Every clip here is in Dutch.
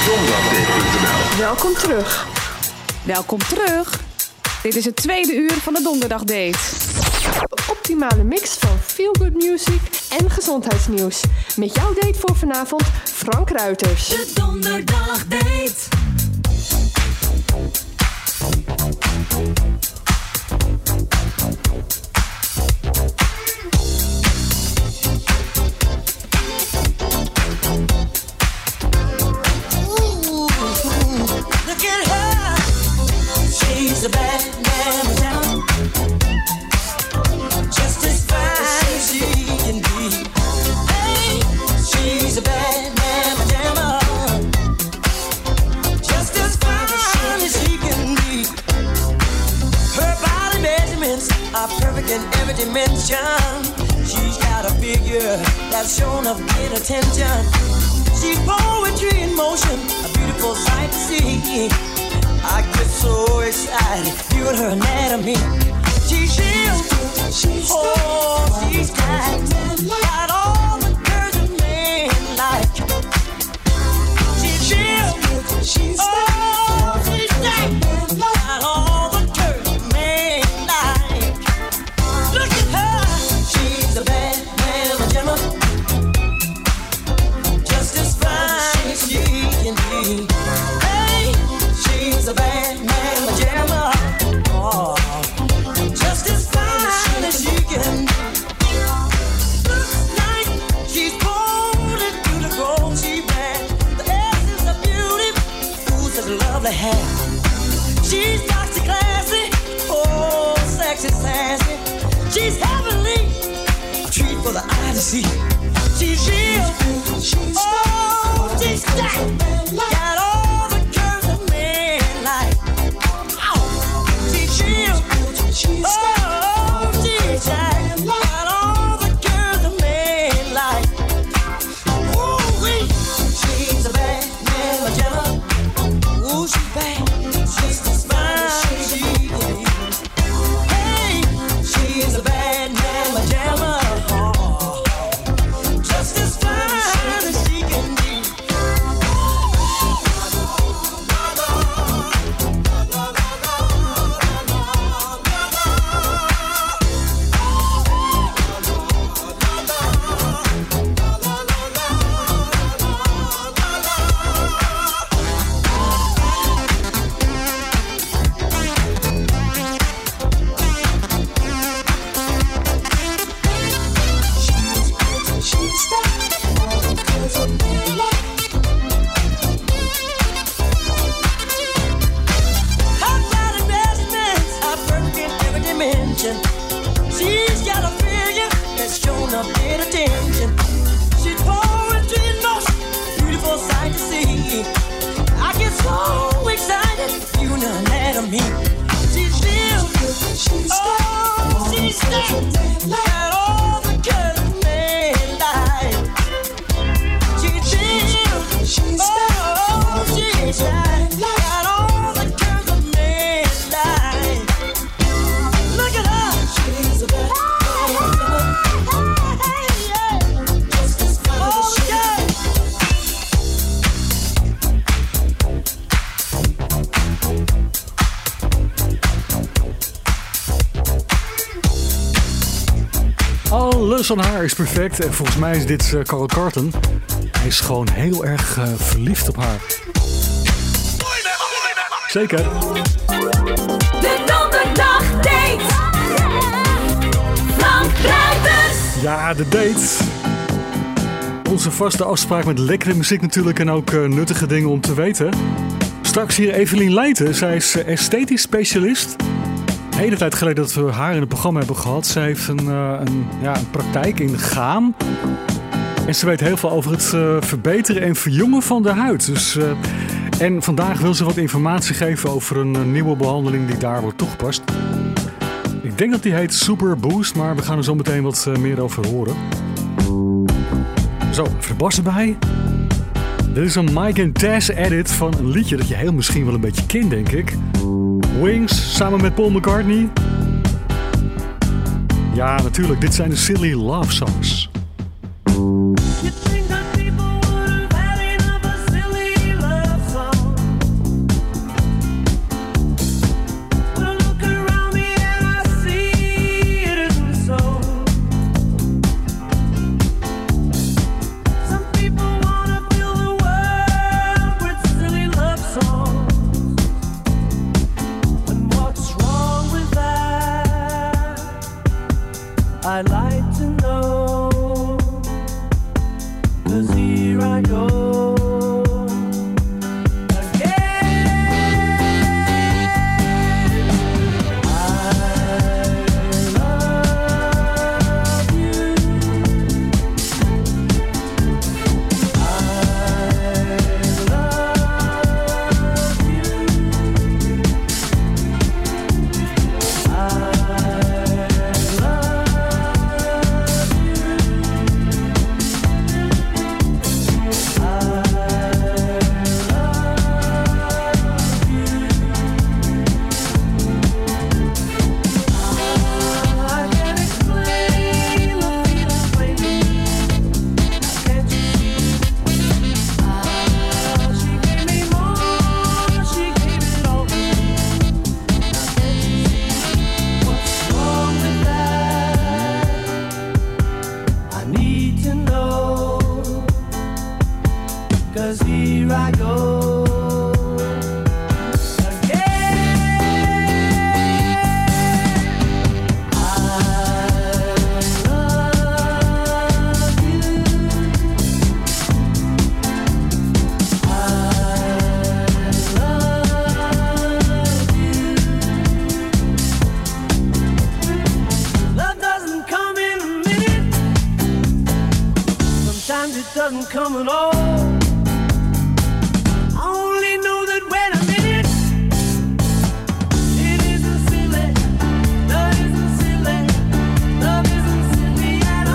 Donderdagdate.nl. Welkom terug. Welkom terug. Dit is het tweede uur van de Donderdagdate. De optimale mix van feel-good music en gezondheidsnieuws. Met jouw date voor vanavond, Frank Ruiters. De Donderdagdate. Look at her. She's a bad man, just as fine as she can be. Hey, she's a bad man, just as fine as she can be. Her body measurements are perfect in every dimension. She's got a figure that's shown of great attention. She's poetry in motion, a beautiful sight to see. I get so excited viewing her anatomy. She's real, she's got all the girls that men like. She's real, she's got all the girls men like. Look at her, she's a bad man, Gemma. Just as fine as she can be. Hey, she's a bad man, Gemma. Oh, just as fine as she can be. Looks like she's born into the gold she wears. The essence of beauty, ooh, such a lovely hair. She's toxic classy, oh, sexy sassy. She's heavenly, a treat for the eye to see. She's real, oh, she's stacked, got all the curves that men like. Oh, she's real, oh, she's stacked, got all the curves that men like. Ooh-wee, she's a bad man, Gemma. Ooh, she's bad, just as fine as she can be. Hey, she's a bad man, Gemma. Just as fine as she can be. She's got a figure that's shown a bit of attention. She's poetry in motion, beautiful sight to see. I get so excited viewing her anatomy. She's real, oh, she's stacked, got all the girls men like. She's real, oh, she's stacked, got all the girls that men like. Look at her. She's a bad man. Just as fine as she can. Alles aan haar is perfect en volgens mij is dit Carl Carton. Hij is gewoon heel erg verliefd op haar. Zeker. De Donderdagdate. Frank Ruiters. Ja, de date. Onze vaste afspraak met lekkere muziek natuurlijk en ook nuttige dingen om te weten. Straks hier Evelien Leijten. Zij is esthetisch specialist. Een hele tijd geleden dat we haar in het programma hebben gehad. Zij heeft een praktijk in Gaam. En ze weet heel veel over het verbeteren en verjongen van de huid. Dus, en vandaag wil ze wat informatie geven over een nieuwe behandeling die daar wordt toegepast. Ik denk dat die heet Super Boost, maar we gaan er zo meteen wat meer over horen. Zo, even de bas erbij. Dit is een Mike and Tess edit van een liedje dat je heel misschien wel een beetje kent, denk ik. Wings, samen met Paul McCartney. Ja, natuurlijk, dit zijn de Silly Love Songs. You think that people would have had enough of silly love know, 'cause here I go. It doesn't come at all. I only know that when I'm in it, it isn't silly. Love isn't silly. Love isn't silly at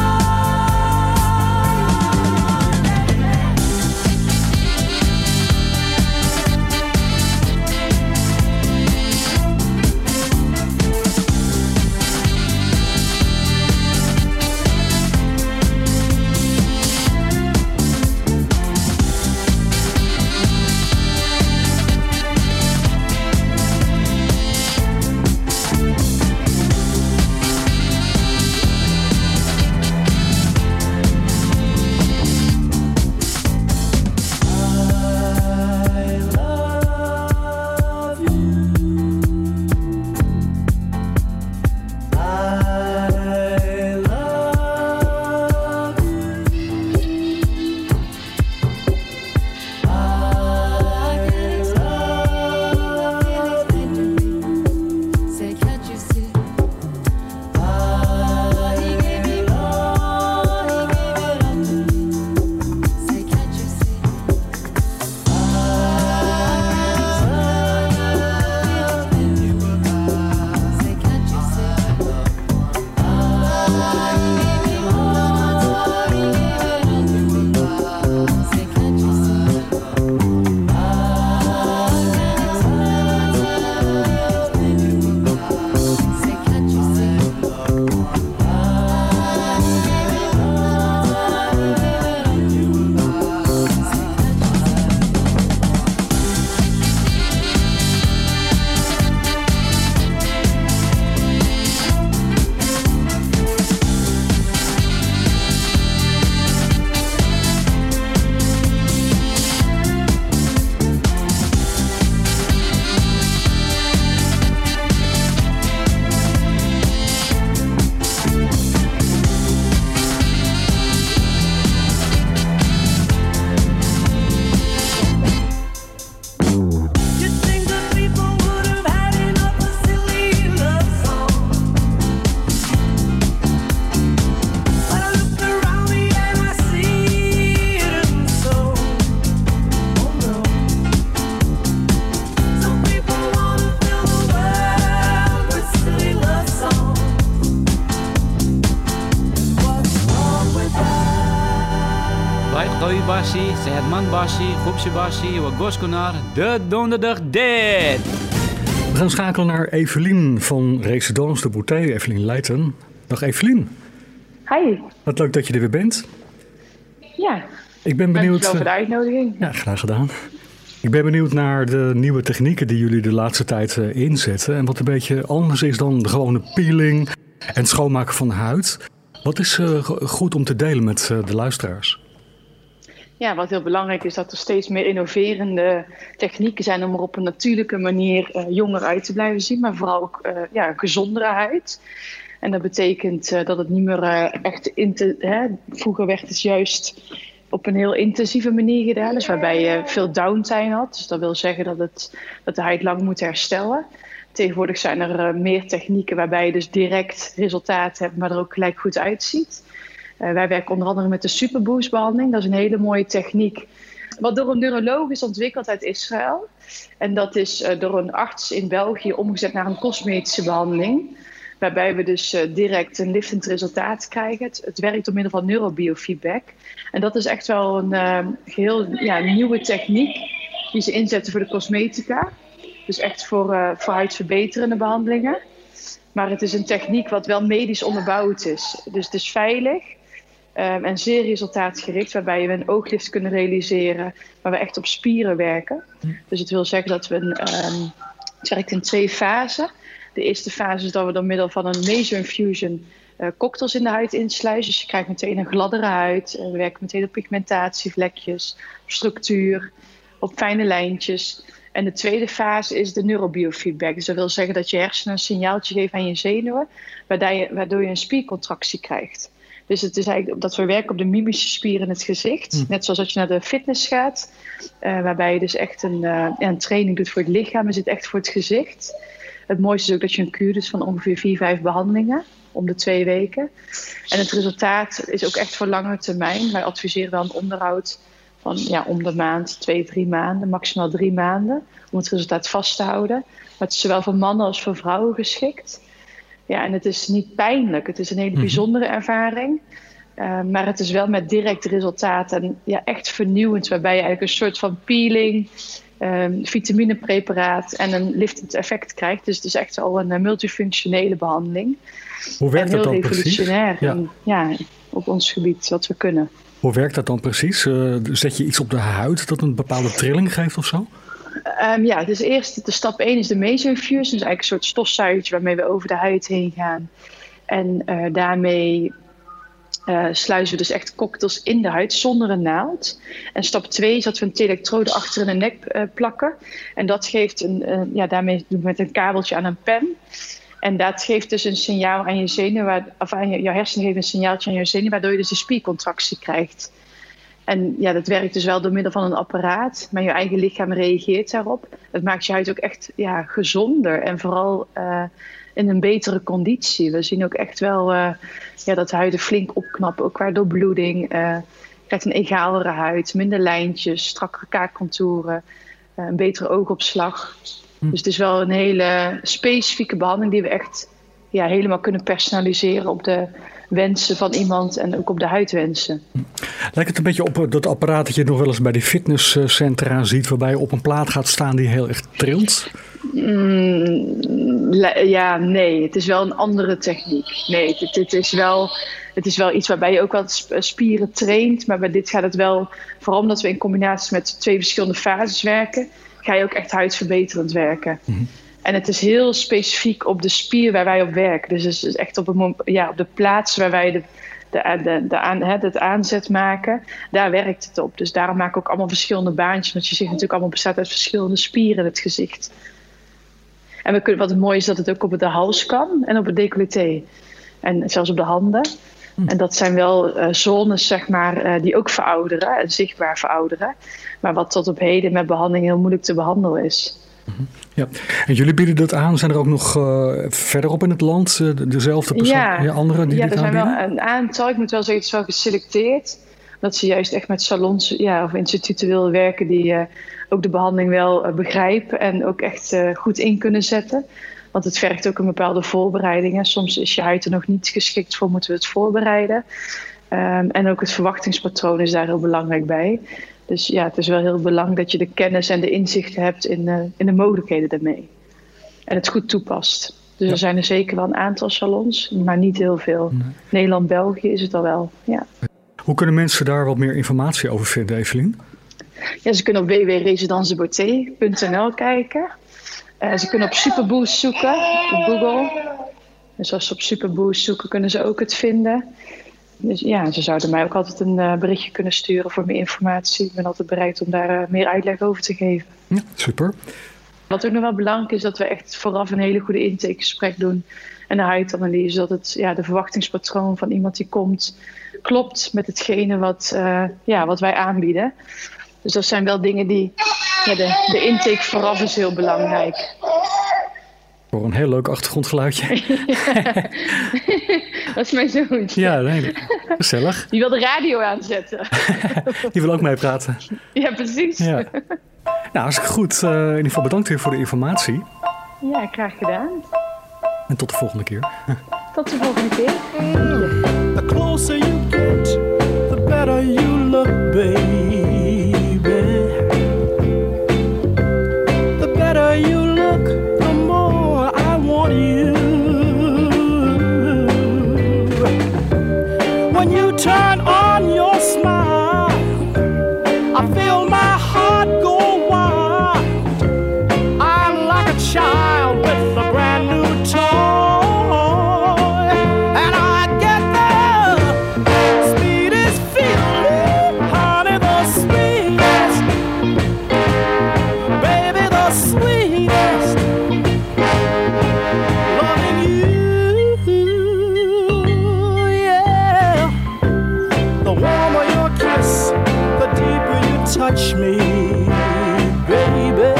Bassi, Sedman Bassi, Groepse Bassi, Wagoskonar, de donderdag dit. We gaan schakelen naar Evelien van Residence de Bouté, Evelien Leijten. Dag Evelien. Hi. Wat leuk dat je er weer bent. Ja. Ik ben benieuwd. Dankjewel voor de uitnodiging. Ja, graag gedaan. Ik ben benieuwd naar de nieuwe technieken die jullie de laatste tijd inzetten. En wat een beetje anders is dan de gewone peeling en schoonmaken van de huid. Wat is goed om te delen met de luisteraars? Ja, wat heel belangrijk is dat er steeds meer innoverende technieken zijn om er op een natuurlijke manier jonger uit te blijven zien. Maar vooral ook gezondere huid. En dat betekent dat het niet meer echt... Vroeger werd het juist op een heel intensieve manier gedaan. Dus waarbij je veel downtime had. Dus dat wil zeggen dat de huid lang moet herstellen. Tegenwoordig zijn er meer technieken waarbij je dus direct resultaat hebt, maar er ook gelijk goed uitziet. Wij werken onder andere met de Superboost behandeling. Dat is een hele mooie techniek. Wat door een neuroloog is ontwikkeld uit Israël. En dat is door een arts in België omgezet naar een cosmetische behandeling. Waarbij we dus direct een liftend resultaat krijgen. Het werkt door middel van neurobiofeedback. En dat is echt wel een geheel nieuwe techniek die ze inzetten voor de cosmetica. Dus echt voor huidverbeterende behandelingen. Maar het is een techniek wat wel medisch onderbouwd is. Dus het is veilig en zeer resultaatgericht. Waarbij we een ooglift kunnen realiseren. Waar we echt op spieren werken. Dus het wil zeggen dat we het werkt in 2 fasen. De eerste fase is dat we door middel van een laser infusion cocktails in de huid insluizen. Dus je krijgt meteen een gladdere huid. We werken meteen op pigmentatievlekjes, op structuur, op fijne lijntjes. En de tweede fase is de neurobiofeedback. Dus dat wil zeggen dat je hersenen een signaaltje geven aan je zenuwen, waardoor je een spiercontractie krijgt. Dus het is eigenlijk dat we werken op de mimische spieren in het gezicht. Net zoals als je naar de fitness gaat, waarbij je dus echt een training doet voor het lichaam. Je zit echt voor het gezicht. Het mooiste is ook dat je een kuur doet van ongeveer 4-5 behandelingen om de 2 weken. En het resultaat is ook echt voor lange termijn. Wij adviseren wel een onderhoud van om de maand, 2-3 maanden, maximaal 3 maanden, om het resultaat vast te houden. Maar het is zowel voor mannen als voor vrouwen geschikt. Ja, en het is niet pijnlijk. Het is een hele bijzondere ervaring. Maar het is wel met direct resultaat en echt vernieuwend, waarbij je eigenlijk een soort van peeling, vitaminepreparaat en een liftend effect krijgt. Dus het is echt al een multifunctionele behandeling. Hoe werkt dat dan precies? Heel revolutionair op ons gebied, wat we kunnen. Hoe werkt dat dan precies? Zet je iets op de huid dat een bepaalde trilling geeft of zo? Dus eerst de stap 1 is de mesoinfusion. Dus eigenlijk een soort stofzuigertje waarmee we over de huid heen gaan. En daarmee sluizen we dus echt cocktails in de huid zonder een naald. En stap 2 is dat we een elektrode achter in de nek plakken. En dat geeft daarmee doen we met een kabeltje aan een pen. En dat geeft dus een signaal aan je zenuwen, of aan jouw hersenen geeft een signaaltje aan je zenuwen, waardoor je dus een spiercontractie krijgt. En dat werkt dus wel door middel van een apparaat, maar je eigen lichaam reageert daarop. Het maakt je huid ook echt gezonder en vooral in een betere conditie. We zien ook echt wel dat de huiden flink opknappen, ook qua doorbloeding. Je krijgt een egalere huid, minder lijntjes, strakkere kaakcontouren, een betere oogopslag. Dus het is wel een hele specifieke behandeling die we echt helemaal kunnen personaliseren op de wensen van iemand en ook op de huidwensen. Lijkt het een beetje op dat apparaat dat je nog wel eens bij die fitnesscentra ziet, waarbij je op een plaat gaat staan die heel erg trilt? Nee, het is wel een andere techniek. Nee, het is wel iets waarbij je ook wat spieren traint, maar bij dit gaat het wel, vooral omdat we in combinatie met 2 verschillende fases werken, ga je ook echt huidverbeterend werken. En het is heel specifiek op de spier waar wij op werken. Dus het is echt op de plaats waar wij het aanzet maken, daar werkt het op. Dus daarom maken we ook allemaal verschillende baantjes, want je ziet natuurlijk allemaal bestaat uit verschillende spieren in het gezicht. En wat het mooie is dat het ook op de hals kan en op het decolleté. En zelfs op de handen. En dat zijn wel zones, zeg maar, die ook verouderen en zichtbaar verouderen. Maar wat tot op heden met behandeling heel moeilijk te behandelen is. Ja, en jullie bieden dat aan. Zijn er ook nog verderop in het land dezelfde personen, anderen die dit aanbieden? Er zijn wel een aantal. Ik moet wel zeggen, het is wel geselecteerd. Dat ze juist echt met salons of instituten willen werken die ook de behandeling wel begrijpen en ook echt goed in kunnen zetten. Want het vergt ook een bepaalde voorbereiding. Soms is je huid er nog niet geschikt voor, moeten we het voorbereiden. En ook het verwachtingspatroon is daar heel belangrijk bij. Dus het is wel heel belangrijk dat je de kennis en de inzichten hebt in de mogelijkheden daarmee. En het goed toepast. Dus er zijn er zeker wel een aantal salons, maar niet heel veel. Nee. Nederland, België is het al wel, Hoe kunnen mensen daar wat meer informatie over vinden, Evelien? Ja, ze kunnen op www.residencebeauté.nl kijken. Ze kunnen op Superboost zoeken op Google. Dus als ze op Superboost zoeken, kunnen ze ook het vinden. Dus ze zouden mij ook altijd een berichtje kunnen sturen voor meer informatie. Ik ben altijd bereid om daar meer uitleg over te geven. Ja, super. Wat ook nog wel belangrijk is, dat we echt vooraf een hele goede intakegesprek doen. En een huidanalyse, dat het de verwachtingspatroon van iemand die komt klopt met hetgene wat wij aanbieden. Dus dat zijn wel dingen die... de intake vooraf is heel belangrijk. Voor een heel leuk achtergrondgeluidje. Dat is mijn zoontje. Ja, nee, gezellig. Die wil de radio aanzetten. Die wil ook meepraten. Ja, precies. Ja. Nou, hartstikke goed. In ieder geval bedankt weer voor de informatie. Ja, graag gedaan. En tot de volgende keer. Tot de volgende keer. The closer you get, the better you look, baby. The better you look, the more I want you. When you turn on your smile, I feel my heart go wild. I'm like a child with a brand new toy, and I touch me, baby.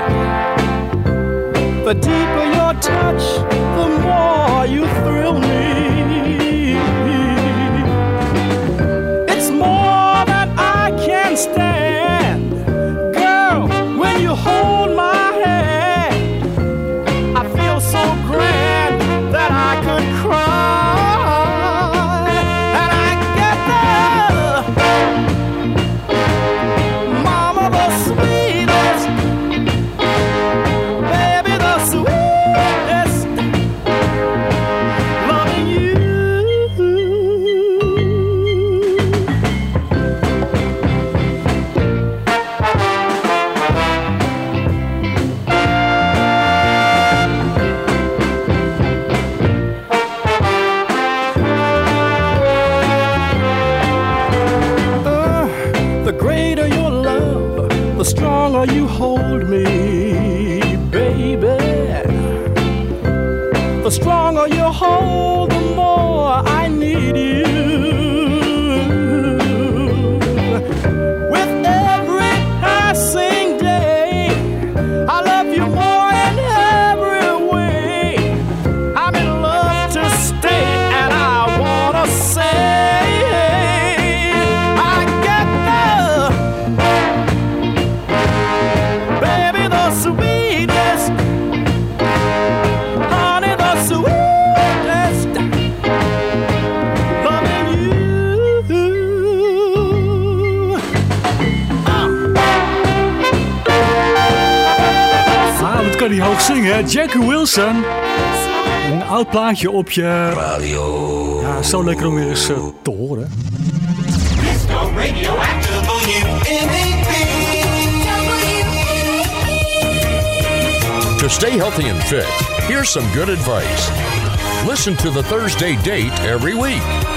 The deeper your touch, the more you thrill me. It's more than I can stand. Girl, when you hold my hand, I feel so grand that I could cry. And I get the mama, the sweetest, baby, the sweetest, loving you. The greater your love, the stronger you hold me, baby. The stronger you hold, the more I need you. With every passing day, I love you more in every way. I'm in love to stay, and I wanna say I get the baby, the sweetest, honey, the sweetest, loving you. Ah, dat kan hij hoog zingen, hè? Jackie Wilson. Een oud plaatje op je radio. Ja, zo lekker om weer eens te horen. To stay healthy and fit, here's some good advice. Listen to the Thursday Date every week.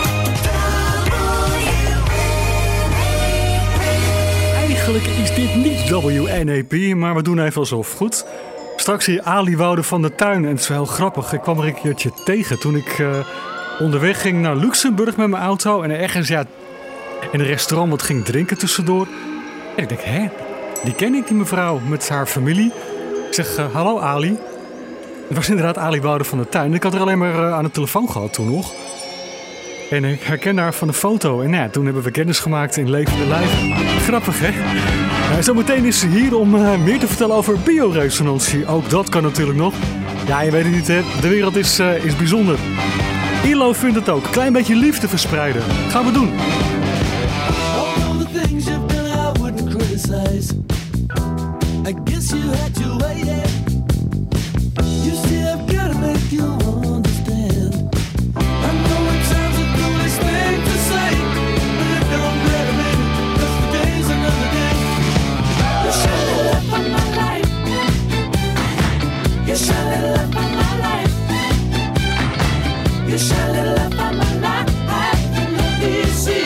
Eigenlijk is dit niet WNAP, maar we doen even alsof. Goed. Straks hier Ali Woude van der Tuin. En het is wel heel grappig. Ik kwam er een keertje tegen toen ik onderweg ging naar Luxemburg met mijn auto. En ergens in een restaurant wat ging drinken tussendoor. En ik denk, die ken ik, die mevrouw met haar familie. Ik zeg, hallo Ali. Het was inderdaad Ali Woude van der Tuin. Ik had er alleen maar aan de telefoon gehad toen nog. En ik herkende haar van de foto. En toen hebben we kennis gemaakt in levende lijf. Grappig, hè? Zometeen is ze hier om meer te vertellen over bioresonantie. Ook dat kan natuurlijk nog. Ja, je weet het niet, hè? De wereld is bijzonder. ILO vindt het ook. Klein beetje liefde verspreiden. Gaan we doen. All the things you've done, I wouldn't criticize. I guess you had to wait. You see, I've got to make you understand. I know it sounds a foolish thing to say, but it don't matter, baby, 'cause today's another day. You shine the light on my life. You shine the light on my life. You shine the light on my life. And let me see.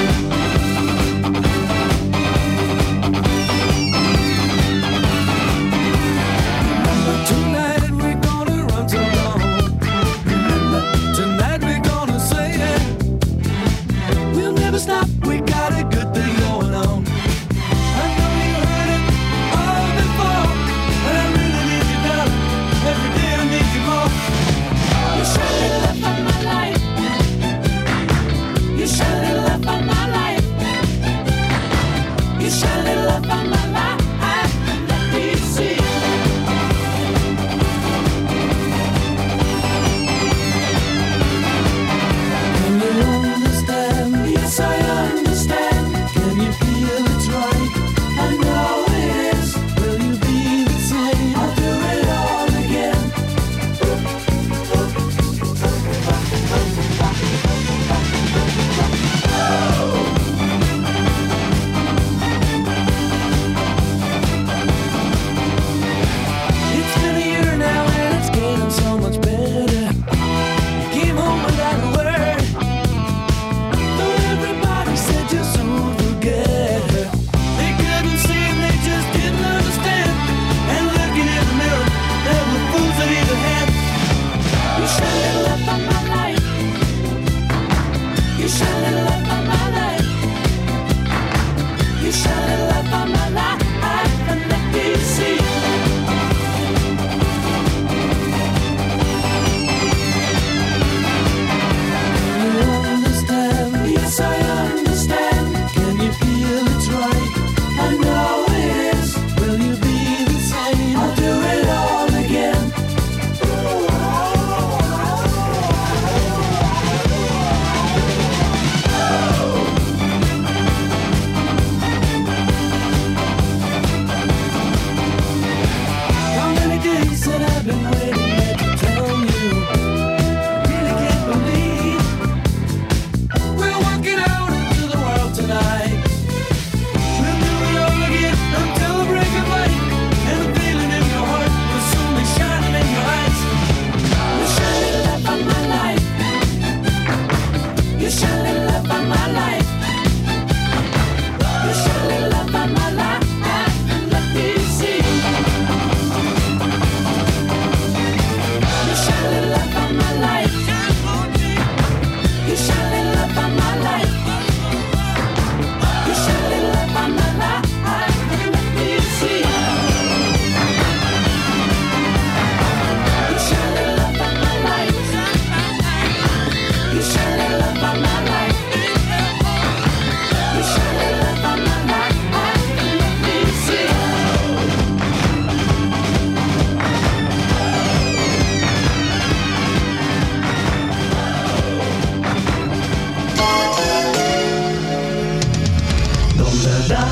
Tonight we're gonna run so long. Tonight we're gonna say it. We'll never stop. We got a good thing going on. I know you heard it all before, and I really need you, darling. Every day I need you more. You shine the light on my life. You shine the light on my life. You shine the light on my life. Let me see. Can you understand? Yes, I understand.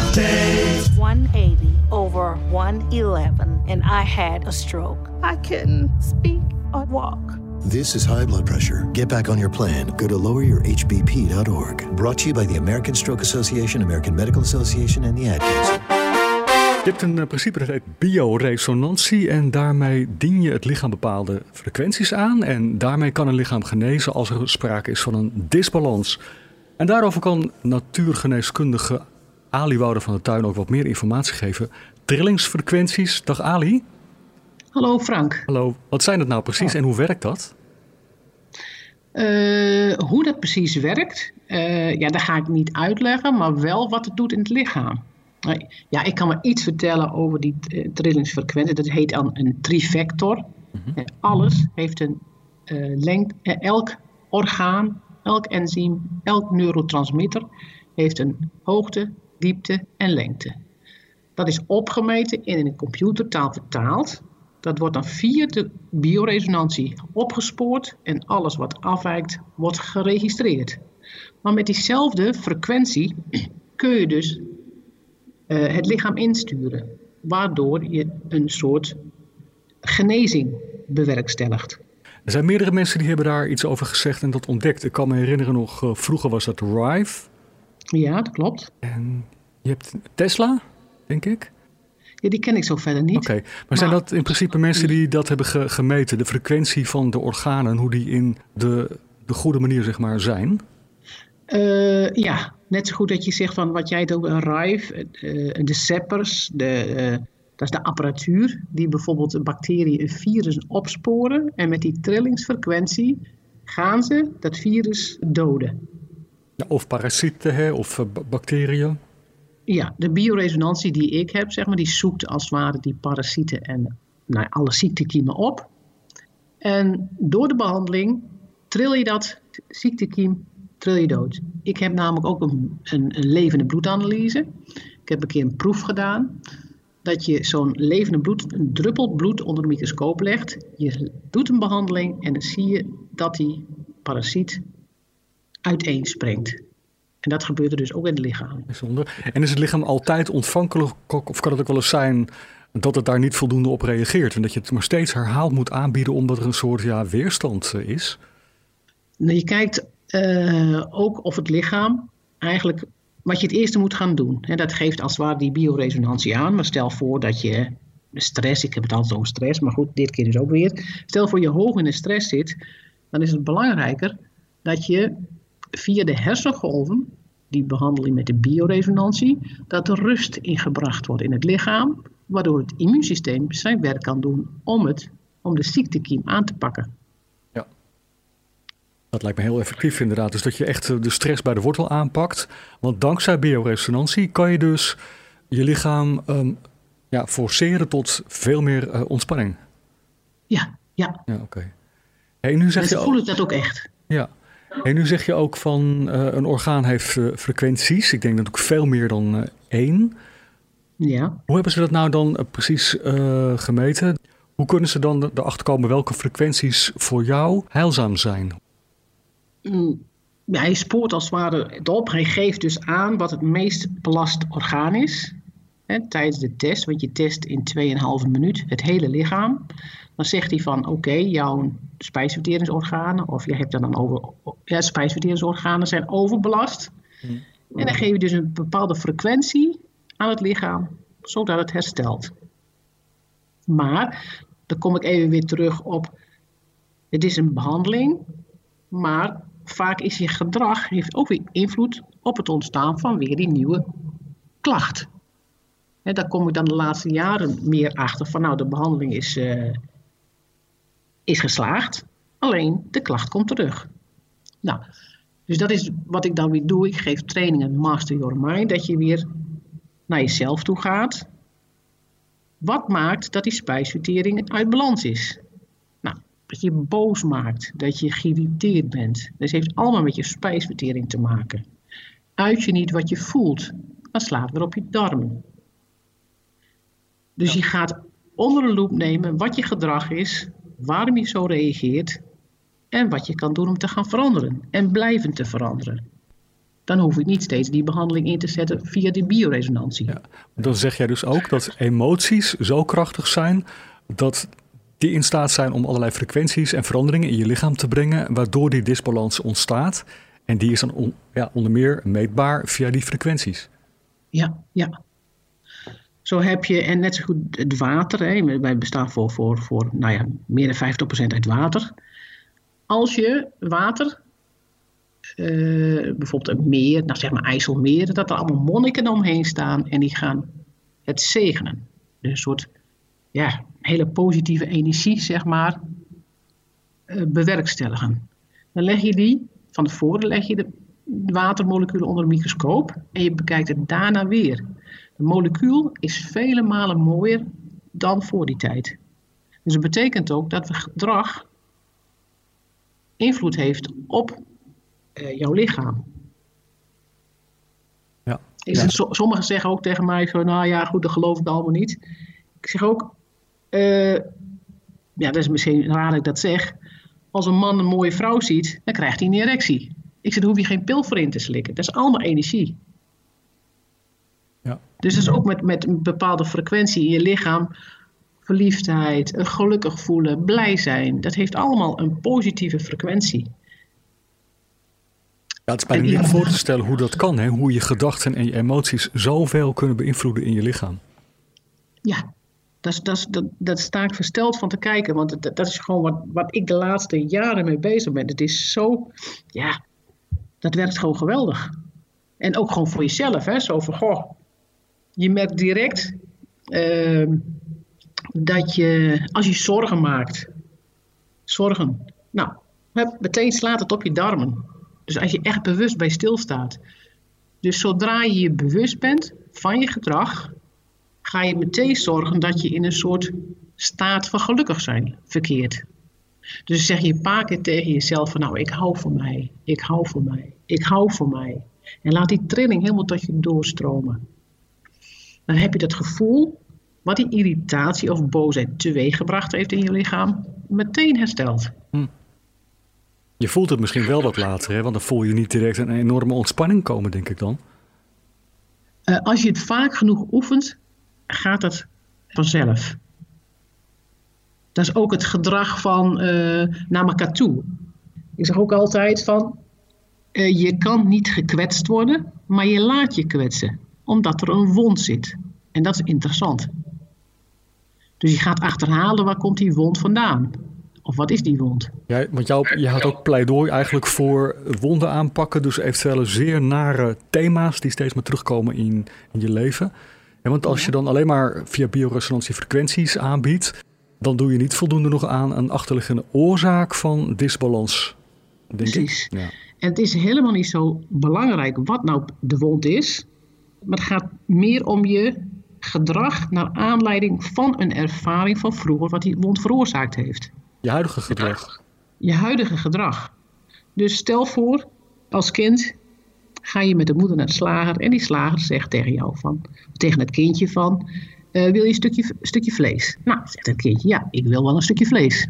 Date. 180 over 111, and I had a stroke. I couldn't speak or walk. This is high blood pressure. Get back on your plan. Go to loweryourhbp.org. Brought to you by the American Stroke Association, American Medical Association en the Atkins. Je hebt een principe dat heet bioresonantie en daarmee dien je het lichaam bepaalde frequenties aan en daarmee kan een lichaam genezen als er sprake is van een disbalans. En daarover kan natuurgeneeskundige Ali Wouter van der Tuin ook wat meer informatie geven. Trillingsfrequenties. Dag Ali. Hallo Frank. Hallo. Wat zijn het nou precies en hoe werkt dat? Hoe dat precies werkt, dat ga ik niet uitleggen, maar wel wat het doet in het lichaam. Ja, ik kan maar iets vertellen over die trillingsfrequentie. Dat heet dan een trifector. Mm-hmm. Alles heeft een lengte. Elk orgaan, elk enzym, elk neurotransmitter heeft een hoogte, diepte en lengte. Dat is opgemeten en in een computertaal vertaald. Dat wordt dan via de bioresonantie opgespoord en alles wat afwijkt wordt geregistreerd. Maar met diezelfde frequentie kun je dus het lichaam insturen, waardoor je een soort genezing bewerkstelligt. Er zijn meerdere mensen die hebben daar iets over gezegd en dat ontdekt. Ik kan me herinneren nog, vroeger was dat Rive. Ja, dat klopt. En je hebt Tesla, denk ik? Ja, die ken ik zo verder niet. Oké, maar zijn dat in principe mensen die dat hebben gemeten, de frequentie van de organen, hoe die in de goede manier zeg maar zijn? Ja, net zo goed dat je zegt van wat jij het over Rive, de zappers, dat is de apparatuur die bijvoorbeeld een bacterie, een virus opsporen en met die trillingsfrequentie gaan ze dat virus doden. Ja, of parasieten of bacteriën. Ja, de bioresonantie die ik heb, zeg maar, die zoekt als het ware die parasieten en alle ziektekiemen op. En door de behandeling tril je dat ziektekiem dood. Ik heb namelijk ook een levende bloedanalyse. Ik heb een keer een proef gedaan. Dat je zo'n levende een druppel bloed onder de microscoop legt. Je doet een behandeling en dan zie je dat die parasiet uiteenspringt. En dat gebeurt er dus ook in het lichaam. Bijzonder. En is het lichaam altijd ontvankelijk of kan het ook wel eens zijn dat het daar niet voldoende op reageert? En dat je het maar steeds herhaald moet aanbieden omdat er een soort weerstand is? Nou, je kijkt ook of het lichaam eigenlijk wat je het eerste moet gaan doen. Hè, dat geeft als het ware die bioresonantie aan. Maar stel voor dat je stress, ik heb het altijd over stress, maar goed, dit keer dus ook weer. Stel voor je hoog in de stress zit, dan is het belangrijker dat je via de hersengolven, die behandeling met de bioresonantie, dat er rust ingebracht wordt in het lichaam, waardoor het immuunsysteem zijn werk kan doen om de ziektekiem aan te pakken. Ja, dat lijkt me heel effectief inderdaad. Dus dat je echt de stress bij de wortel aanpakt. Want dankzij bioresonantie kan je dus je lichaam forceren tot veel meer ontspanning. Ja. Ja, oké. Hey, nu zeg voel ik dat ook echt. Ja. En nu zeg je ook van een orgaan heeft frequenties. Ik denk dat ook veel meer dan 1. Ja. Hoe hebben ze dat nou dan precies gemeten? Hoe kunnen ze dan erachter komen welke frequenties voor jou heilzaam zijn? Hij spoort als het ware het op. Hij geeft dus aan wat het meest belast orgaan is. Tijdens de test, want je test in 2,5 minuut het hele lichaam. Dan zegt hij van oké, jouw spijsverteringsorganen, of je hebt er dan over, spijsverteringsorganen zijn overbelast. En dan geef je dus een bepaalde frequentie aan het lichaam, zodat het herstelt. Maar, dan kom ik even weer terug op, het is een behandeling, maar vaak is je gedrag, heeft ook weer invloed op het ontstaan van weer die nieuwe klacht. En daar kom ik dan de laatste jaren meer achter van de behandeling is geslaagd, alleen de klacht komt terug. Nou, dus dat is wat ik dan weer doe. Ik geef trainingen Master Your Mind, dat je weer naar jezelf toe gaat. Wat maakt dat die spijsvertering uit balans is? Nou, dat je boos maakt, dat je geïrriteerd bent. Dat heeft allemaal met je spijsvertering te maken. Uit je niet wat je voelt, dan slaat het weer op je darmen. Dus je gaat onder de loep nemen wat je gedrag is, waarom je zo reageert en wat je kan doen om te gaan veranderen en blijvend te veranderen. dan hoef ik niet steeds die behandeling in te zetten via die bioresonantie. Ja. Dan zeg jij dus ook dat emoties zo krachtig zijn dat die in staat zijn om allerlei frequenties en veranderingen in je lichaam te brengen, waardoor die disbalans ontstaat. En die is dan onder meer meetbaar via die frequenties. Ja. Zo heb je, en net zo goed het water. Hè. Wij bestaan voor meer dan 50% uit water. Als je water, bijvoorbeeld een meer, zeg maar IJsselmeer, dat er allemaal monniken omheen staan en die gaan het zegenen. Dus een soort hele positieve energie, zeg maar, bewerkstelligen. Dan leg je die, van tevoren leg je de watermoleculen onder een microscoop en je bekijkt het daarna weer. De molecuul is vele malen mooier dan voor die tijd. Dus dat betekent ook dat het gedrag invloed heeft op jouw lichaam. Ja. Sommigen zeggen ook tegen mij zo, dat geloof ik allemaal niet. Ik zeg ook, dat is misschien raar dat ik dat zeg. Als een man een mooie vrouw ziet, dan krijgt hij een erectie. Ik zeg, daar hoef je geen pil voor in te slikken. Dat is allemaal energie. Ja. Dus dat is ook met een bepaalde frequentie in je lichaam. Verliefdheid, een gelukkig voelen, blij zijn. Dat heeft allemaal een positieve frequentie. Ja, het is bijna niet voor te stellen hoe dat kan. Hè? Hoe je gedachten en je emoties zoveel kunnen beïnvloeden in je lichaam. Ja, dat sta ik versteld van te kijken. Want dat is gewoon wat ik de laatste jaren mee bezig ben. Het is zo, dat werkt gewoon geweldig. En ook gewoon voor jezelf. Hè? Zo van, je merkt direct dat je, als je zorgen maakt, meteen slaat het op je darmen. Dus als je echt bewust bij stilstaat. Dus zodra je je bewust bent van je gedrag, ga je meteen zorgen dat je in een soort staat van gelukkig zijn verkeert. Dus zeg je een paar keer tegen jezelf van, ik hou van mij, ik hou van mij, ik hou van mij. En laat die trilling helemaal tot je doorstromen. Dan heb je dat gevoel, wat die irritatie of boosheid teweeggebracht heeft in je lichaam, meteen hersteld. Je voelt het misschien wel wat later, hè? Want dan voel je niet direct een enorme ontspanning komen, denk ik dan. Als je het vaak genoeg oefent, gaat het vanzelf. Dat is ook het gedrag van naar elkaar toe. Ik zeg ook altijd van, je kan niet gekwetst worden, maar je laat je kwetsen. Omdat er een wond zit. En dat is interessant. Dus je gaat achterhalen, waar komt die wond vandaan? Of wat is die wond? Ja, want je had ook pleidooi eigenlijk voor wonden aanpakken. Dus eventuele zeer nare thema's die steeds maar terugkomen in je leven. En want als je dan alleen maar via bioresonantie frequenties aanbiedt, dan doe je niet voldoende nog aan een achterliggende oorzaak van disbalans. Precies. Ja. En het is helemaal niet zo belangrijk wat nou de wond is. Maar het gaat meer om je gedrag naar aanleiding van een ervaring van vroeger wat die wond veroorzaakt heeft. Je huidige gedrag. Je huidige gedrag. Dus stel voor, als kind ga je met de moeder naar de slager en die slager zegt tegen jou tegen het kindje van, wil je een stukje vlees? Nou, zegt het kindje, ja, ik wil wel een stukje vlees.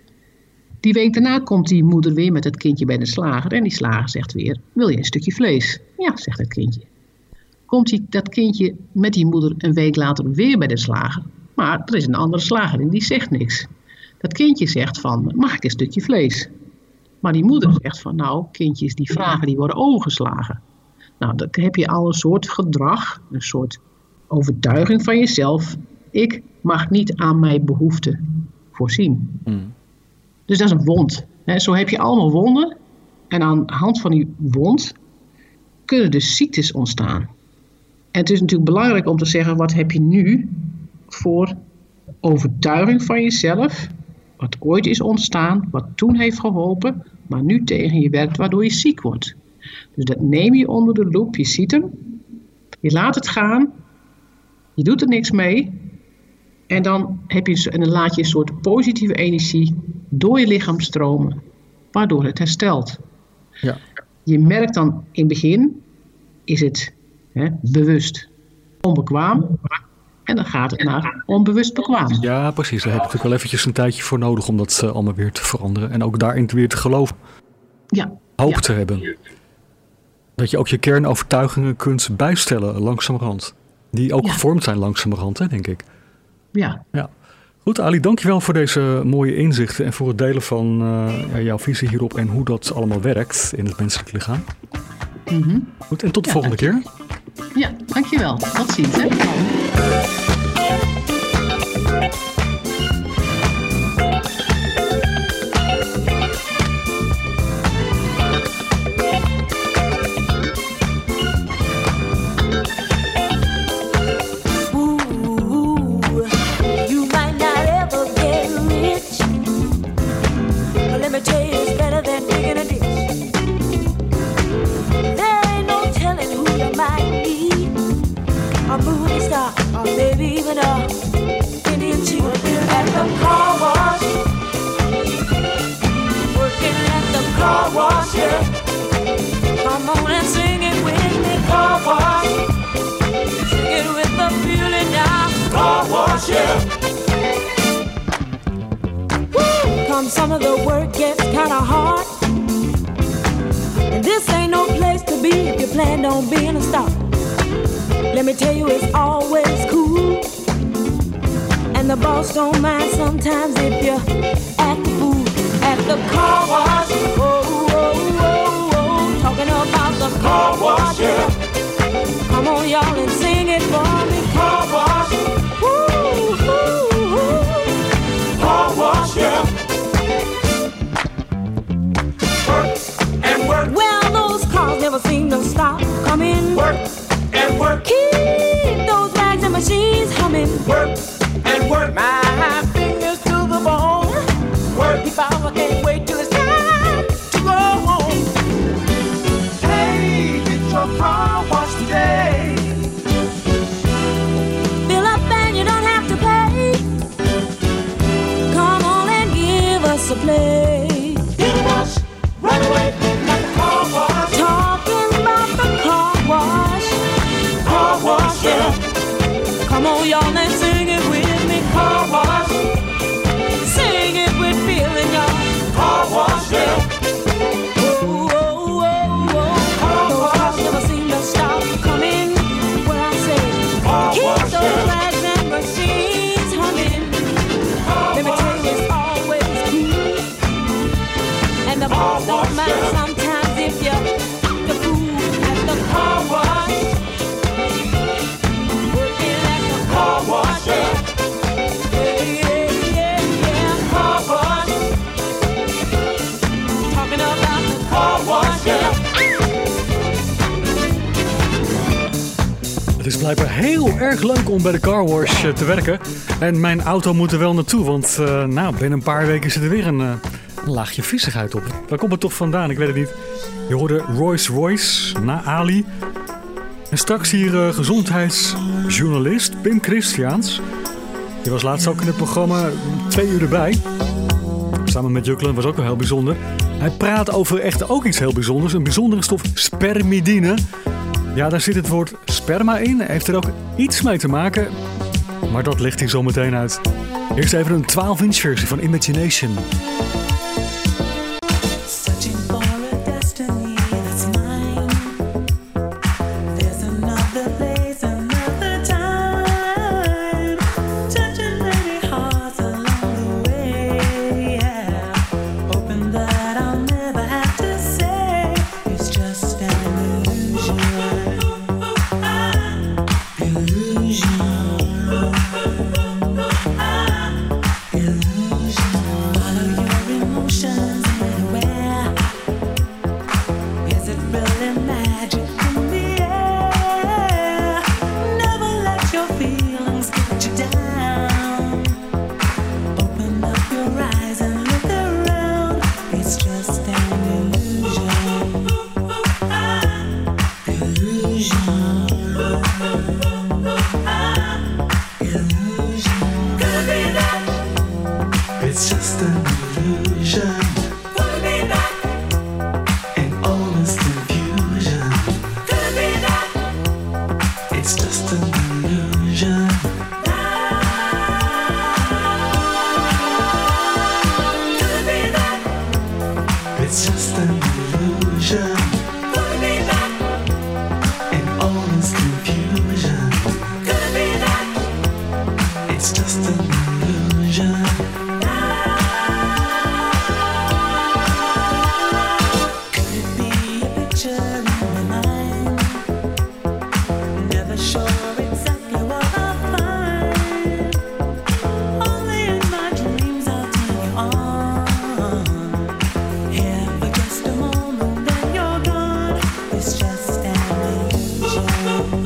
Die week daarna komt die moeder weer met het kindje bij de slager en die slager zegt weer, wil je een stukje vlees? Ja, zegt het kindje. Komt dat kindje met die moeder een week later weer bij de slager, maar er is een andere slager en die zegt niks. Dat kindje zegt van, mag ik een stukje vlees? Maar die moeder zegt van, nou, kindjes die vragen, die worden overgeslagen. Nou, dan heb je al een soort gedrag, een soort overtuiging van jezelf. Ik mag niet aan mijn behoeften voorzien. Dus dat is een wond. Zo heb je allemaal wonden. En aan de hand van die wond kunnen dus ziektes ontstaan. En het is natuurlijk belangrijk om te zeggen, wat heb je nu voor overtuiging van jezelf, wat ooit is ontstaan, wat toen heeft geholpen, maar nu tegen je werkt, waardoor je ziek wordt. Dus dat neem je onder de loep, je ziet hem, je laat het gaan, je doet er niks mee en dan laat je een soort positieve energie door je lichaam stromen, waardoor het herstelt. Ja. Je merkt dan in het begin, is het bewust onbekwaam. En dan gaat het naar onbewust bekwaam. Ja, precies. Daar heb je natuurlijk wel eventjes een tijdje voor nodig om dat allemaal weer te veranderen. En ook daarin weer te geloven. Ja. Hoop te hebben. Dat je ook je kernovertuigingen kunt bijstellen langzamerhand. Die ook gevormd zijn langzamerhand, hè, denk ik. Ja. Goed, Ali, dankjewel voor deze mooie inzichten en voor het delen van jouw visie hierop en hoe dat allemaal werkt in het menselijk lichaam. Mm-hmm. Goed, en tot de volgende keer. Ja, dankjewel. Tot ziens, hè. Come on and sing it with me, car wash. Sing it with the feeling now, car wash, yeah. Woo! Come some of the work gets kinda hard, and this ain't no place to be if you plan on being a star. Let me tell you, it's always cool, and the boss don't mind sometimes if you act the fool at the car wash. Talking about the car wash, yeah. Come on, y'all, and sing it for me. Car wash, woo, woo, woo. Car wash, yeah. Work and work. Well, those cars never seem to stop coming. Work and work. Keep those rags and machines humming. Work and work. My fingers to the bone. Work. If I can't wait till it's time to go home. Your car wash today. Fill up and you don't have to pay. Come on and give us a play. Get wash right away like the car wash. Talking about the car wash. Car wash, yeah. Come on, y'all, and sing it with me. Car wash. Sing it with feeling, y'all. Car wash, yeah. Stop coming when I say keep those rags and machines humming. Let me tell you, it's always cool, and the boss don't mind sometimes if you're the fool at the car wash, working at the car wash, yeah. Car wash, talking about the car wash, yeah. Het is blijkbaar heel erg leuk om bij de car wash te werken. En mijn auto moet er wel naartoe, want binnen een paar weken zit er weer een laagje viezigheid op. Waar komt het toch vandaan? Ik weet het niet. Je hoorde Royce na Ali. En straks hier gezondheidsjournalist Pim Christiaans. Die was laatst ook in het programma 2 uur erbij. Samen met Jukkelen, was ook wel heel bijzonder. Hij praat over echt ook iets heel bijzonders. Een bijzondere stof, spermidine. Ja, daar zit het woord sperma in. Heeft er ook iets mee te maken. Maar dat legt hij zo meteen uit. Eerst even een 12-inch versie van Imagination. It's just an illusion. this confusion? Could it be that it's just an illusion? Could it be a picture in my mind? Never sure exactly what I'll find. Only in my dreams I'll take you on. Here for just a moment, then you're gone. It's just an illusion.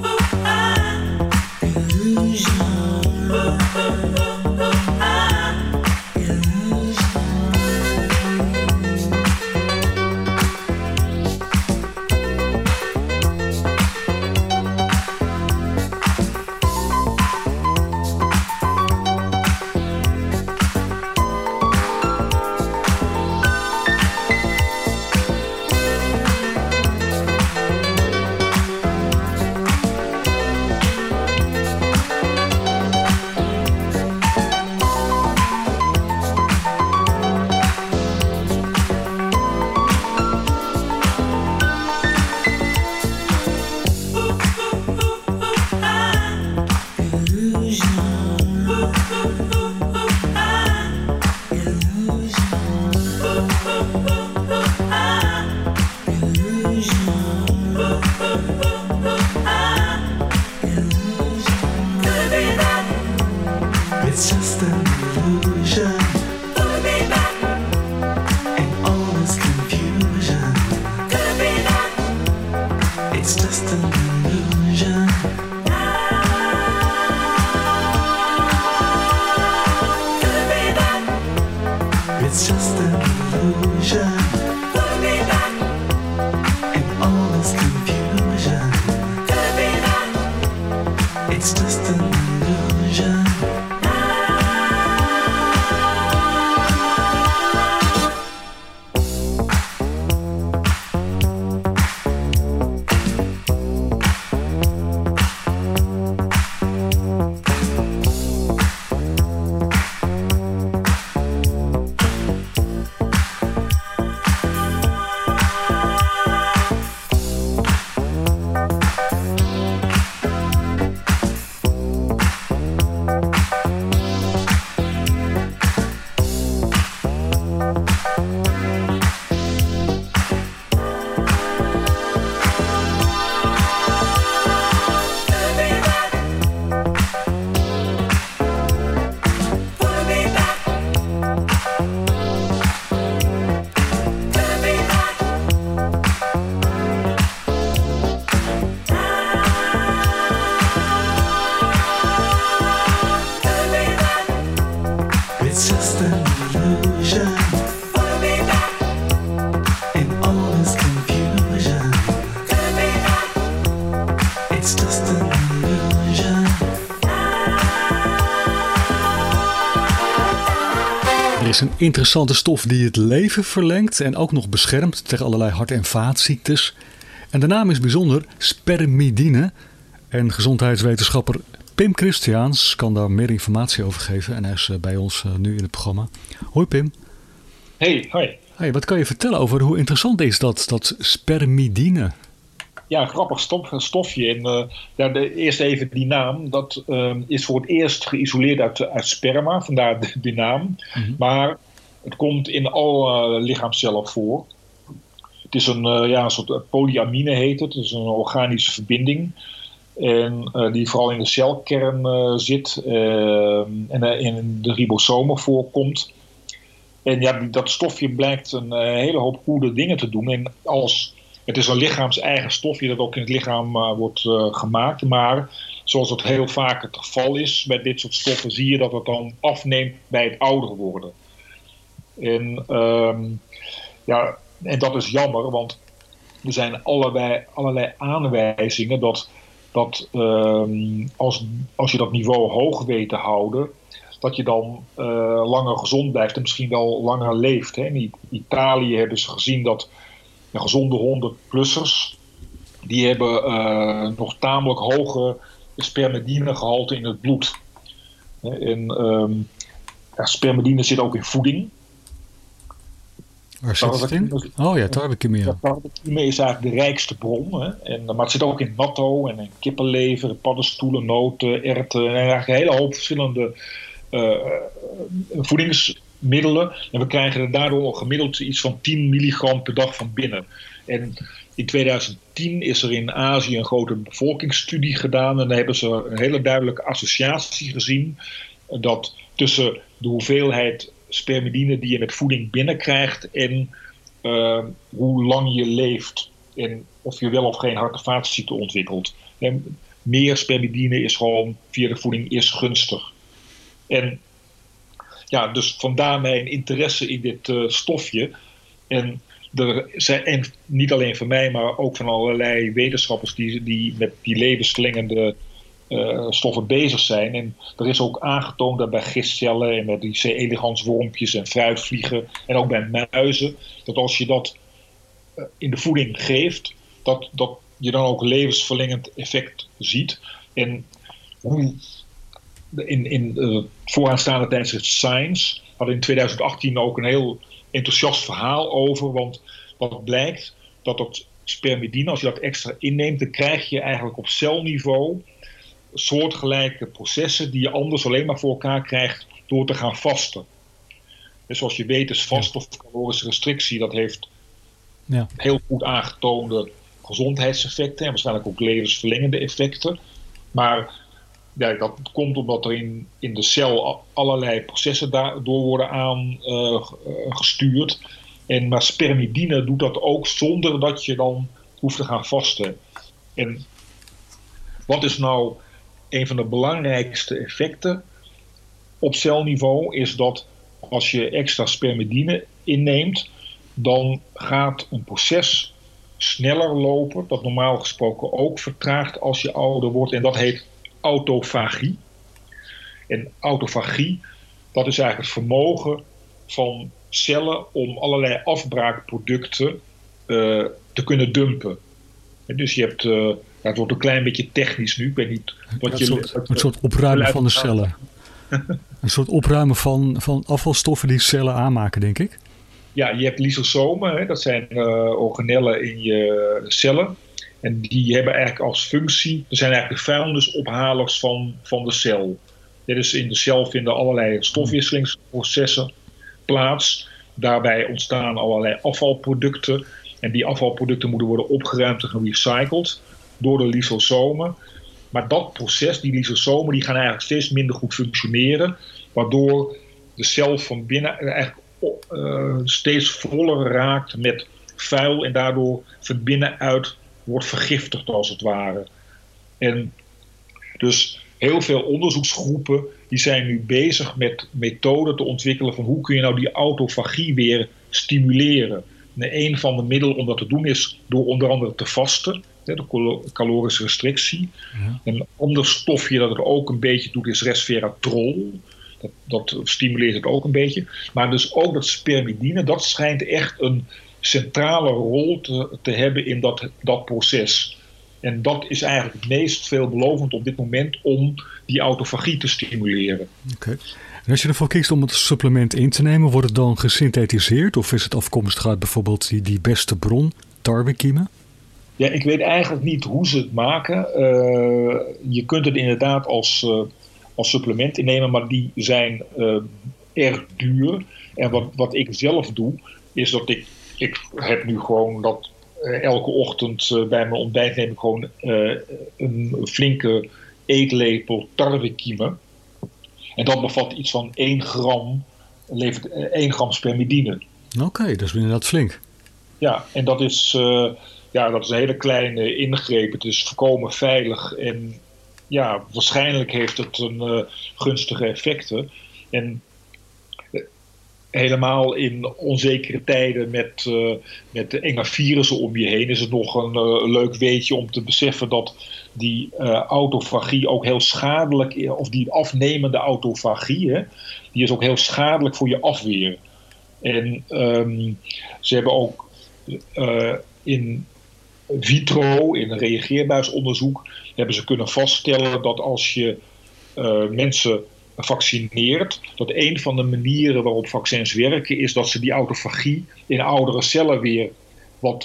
It's just an illusion. Could it be that? In all this confusion. Could it be that? It's just an illusion. Could it be that? It's just an illusion. Could it be that? In all this confusion. Could it be that? It's just an illusion. It's just an illusion. Could it be that? In all this confusion. Could it be that? It's just an illusion. Er is een interessante stof die het leven verlengt en ook nog beschermt tegen allerlei hart- en vaatziektes. En de naam is bijzonder, spermidine. En gezondheidswetenschapper Pim Christiaans kan daar meer informatie over geven. En hij is bij ons nu in het programma. Hoi Pim. Hey, hoi. Hey, wat kan je vertellen over hoe interessant is dat spermidine? Ja, grappig stofje. En eerst even die naam. Dat is voor het eerst geïsoleerd uit sperma, vandaar die naam. Mm-hmm. Maar het komt in alle lichaamcellen voor. Het is een soort polyamine heet het. Het is een organische verbinding. En die vooral in de celkern zit en in de ribosomen voorkomt. En ja, dat stofje blijkt een hele hoop goede dingen te doen. En het is een lichaams-eigen stofje dat ook in het lichaam wordt gemaakt. Maar zoals het heel vaak het geval is bij dit soort stoffen, zie je dat het dan afneemt bij het ouder worden. En dat is jammer, want er zijn allerlei aanwijzingen dat als je dat niveau hoog weet te houden, dat je dan langer gezond blijft en misschien wel langer leeft. Hè. In Italië hebben ze gezien dat gezonde 100-plussers, die hebben nog tamelijk hoge spermidinegehalte in het bloed. En spermidine zit ook in voeding. Waar zit het in? Oh ja, tarwekiemen. Ja. Tarwekiemen is eigenlijk de rijkste bron. Hè? Maar het zit ook in natto en in kippenlever, paddenstoelen, noten, erwten. En eigenlijk een hele hoop verschillende voedingsmiddelen. En we krijgen er daardoor gemiddeld iets van 10 milligram per dag van binnen. En in 2010 is er in Azië een grote bevolkingsstudie gedaan. En daar hebben ze een hele duidelijke associatie gezien. Dat tussen de hoeveelheid spermidine die je met voeding binnenkrijgt en hoe lang je leeft. En of je wel of geen hart- en vaatziekte ontwikkelt. En meer spermidine is gewoon via de voeding is gunstig. En ja, dus vandaar mijn interesse in dit stofje. En niet alleen van mij, maar ook van allerlei wetenschappers die met die levensverlengende stoffen bezig zijn. En er is ook aangetoond dat bij gistcellen en met die C. elegans wormpjes en fruitvliegen en ook bij muizen, dat als je dat in de voeding geeft, dat je dan ook levensverlengend effect ziet. En in vooraanstaande tijdschrift Science hadden in 2018 ook een heel enthousiast verhaal over, want wat blijkt, dat het spermidine, als je dat extra inneemt, dan krijg je eigenlijk op celniveau soortgelijke processen die je anders alleen maar voor elkaar krijgt door te gaan vasten. Dus zoals je weet is vast of calorische restrictie, dat heeft heel goed aangetoonde gezondheidseffecten en waarschijnlijk ook levensverlengende effecten. Maar ja, dat komt omdat er in de cel allerlei processen door worden aangestuurd. Maar spermidine doet dat ook zonder dat je dan hoeft te gaan vasten. En wat is nou een van de belangrijkste effecten op celniveau, is dat als je extra spermidine inneemt, dan gaat een proces sneller lopen, dat normaal gesproken ook vertraagt als je ouder wordt. En dat heet autofagie. En autofagie, dat is eigenlijk het vermogen van cellen om allerlei afbraakproducten te kunnen dumpen. En dus je hebt, het wordt een klein beetje technisch nu, ik weet niet wat een soort opruimen van de cellen. Een soort opruimen van afvalstoffen die cellen aanmaken, denk ik. Ja, je hebt lysosomen, hè, dat zijn organellen in je cellen. En die hebben eigenlijk als functie, er zijn eigenlijk de vuilnisophalers van de cel. Ja, dus in de cel vinden allerlei stofwisselingsprocessen plaats. Daarbij ontstaan allerlei afvalproducten. En die afvalproducten moeten worden opgeruimd en gerecycled door de lysosomen. Maar dat proces, die lysosomen, die gaan eigenlijk steeds minder goed functioneren. Waardoor de cel van binnen eigenlijk steeds voller raakt met vuil. En daardoor van binnenuit wordt vergiftigd als het ware. En dus heel veel onderzoeksgroepen die zijn nu bezig met methoden te ontwikkelen van hoe kun je nou die autofagie weer stimuleren. En een van de middelen om dat te doen is door onder andere te vasten, de calorische restrictie. Ja. Een ander stofje dat het ook een beetje doet is resveratrol. Dat stimuleert het ook een beetje. Maar dus ook dat spermidine, dat schijnt echt een centrale rol te hebben in dat proces. En dat is eigenlijk het meest veelbelovend op dit moment om die autofagie te stimuleren. Okay. En als je ervoor kiest om het supplement in te nemen, wordt het dan gesynthetiseerd? Of is het afkomstig uit bijvoorbeeld die beste bron, tarwekiemen? Ja, ik weet eigenlijk niet hoe ze het maken. Je kunt het inderdaad als supplement innemen, maar die zijn erg duur. En wat ik zelf doe, is dat ik heb nu gewoon dat elke ochtend bij mijn ontbijt neem ik gewoon een flinke eetlepel tarwekiemen. En dat bevat iets van 1 gram spermidine. Oké, dat is inderdaad flink. Ja, en dat is een hele kleine ingreep. Het is volkomen veilig en ja, waarschijnlijk heeft het een gunstige effecten. En helemaal in onzekere tijden met enge virussen om je heen is het nog een leuk weetje om te beseffen dat die autofagie ook heel schadelijk is, of die afnemende autofagie, hè, die is ook heel schadelijk voor je afweer. En ze hebben ook in vitro, in een reageerbuisonderzoek, hebben ze kunnen vaststellen dat als je mensen vaccineert, dat een van de manieren waarop vaccins werken is dat ze die autofagie in oudere cellen weer wat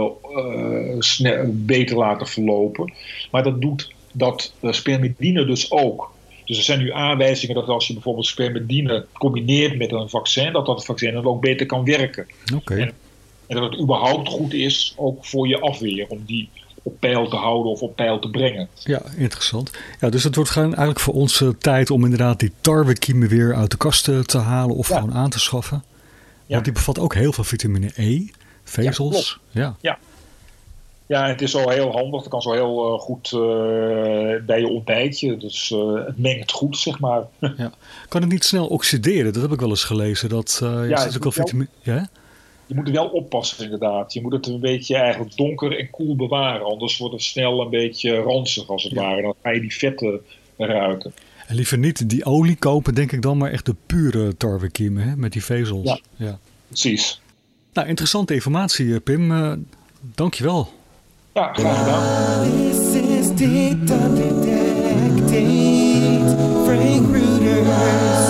beter laten verlopen. Maar dat doet dat spermidine dus ook. Dus er zijn nu aanwijzingen dat als je bijvoorbeeld spermidine combineert met een vaccin, dat vaccin dan ook beter kan werken. Oké. En dat het überhaupt goed is, ook voor je afweer, om die op peil te houden of op peil te brengen. Ja, interessant. Ja, dus het wordt eigenlijk voor ons tijd om inderdaad die tarwekiemen weer uit de kast te halen of gewoon aan te schaffen. Want die bevat ook heel veel vitamine E, vezels. Ja, het is zo heel handig. Het kan zo heel goed bij je ontbijtje. Dus het mengt goed, zeg maar. Ja. Kan het niet snel oxideren? Dat heb ik wel eens gelezen. Dat is ook wel vitamine... Ja? Je moet er wel oppassen, inderdaad. Je moet het een beetje eigenlijk donker en koel bewaren. Anders wordt het snel een beetje ranzig, als het ware. Dan ga je die vetten ruiken. En liever niet die olie kopen, denk ik dan, maar echt de pure tarwekiemen, hè? Met die vezels. Ja, precies. Nou, interessante informatie, Pim. Dank je wel. Ja, graag gedaan. This is Frank Ruders.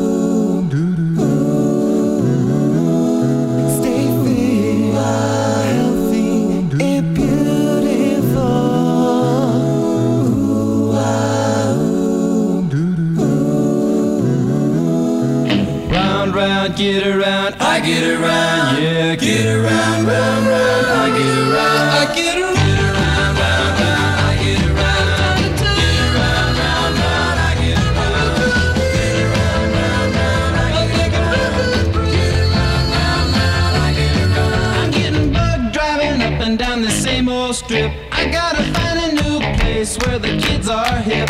Stay fit, healthy and beautiful. Round, round, get around, I get around, yeah, get around, round, round, I get around, I get around. Down the same old strip, I gotta find a new place where the kids are hip.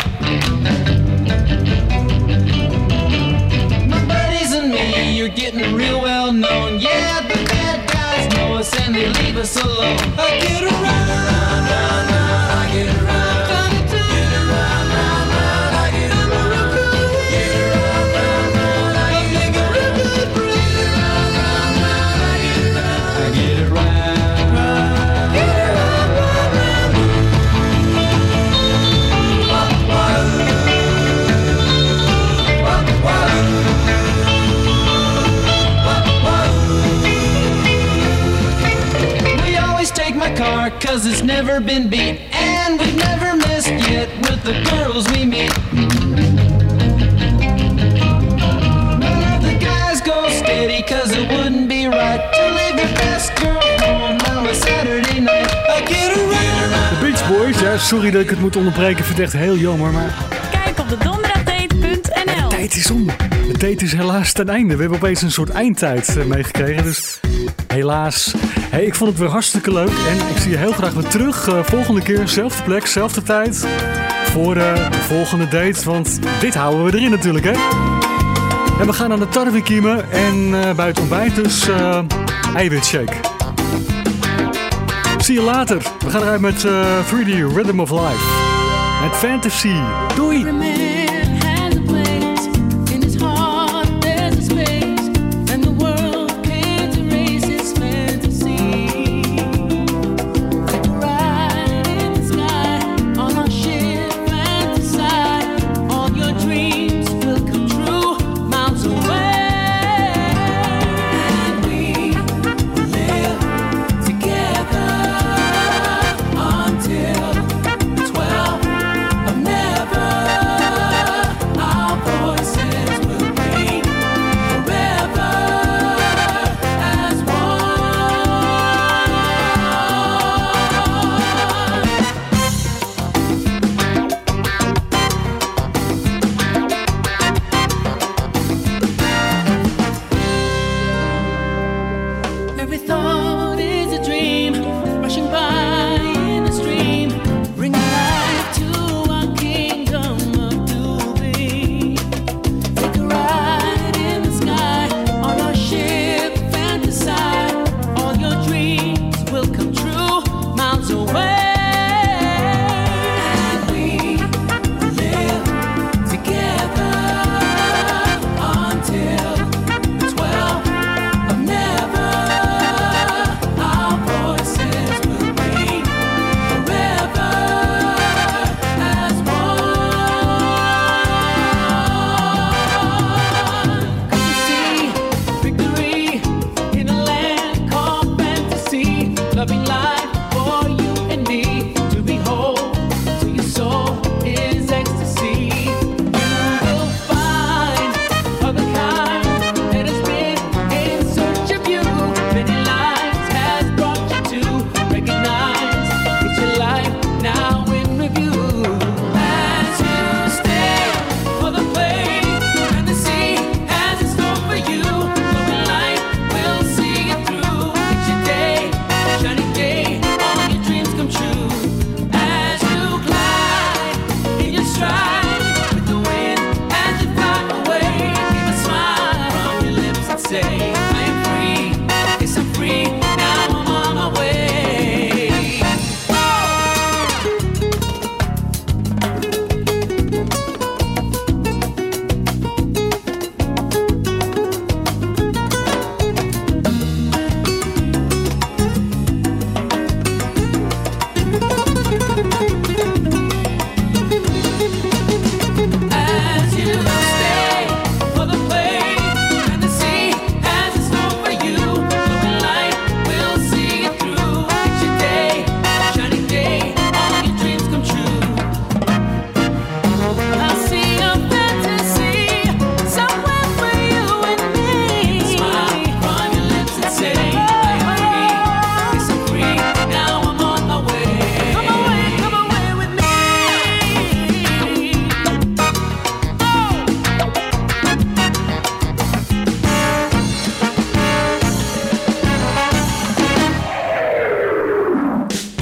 My buddies and me, you're getting real well known. Yeah, the bad guys know us and they leave us alone. I get around, round, round, round, I get around. Get around, round, round, I get around. Get around, round, round, I get around. Get around, round, round, I get around. I get around. Car, cause it's never been beat, and we've never missed yet with the girls we meet. None of the guys go steady, cause it wouldn't be right to leave your best girl home on a Saturday night. I get around. De Beach Boys, ja, sorry dat ik het moet onderbreken, ik vind het echt heel jammer, maar... Kijk op de donderdagdate.nl. De tijd is om. De date is helaas ten einde. We hebben opeens een soort eindtijd meegekregen, dus helaas. Hey, ik vond het weer hartstikke leuk en ik zie je heel graag weer terug. Volgende keer, zelfde plek, zelfde tijd. Voor de volgende date, want dit houden we erin natuurlijk, hè. En we gaan aan de tarwekiemen en bij het ontbijt dus eiwitshake. Zie je later. We gaan eruit met 3D Rhythm of Life. Met Fantasy. Doei! Until 12 of never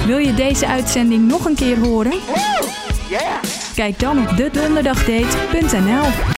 Wil je deze uitzending nog een keer horen? Kijk dan op dedonderdagdate.nl.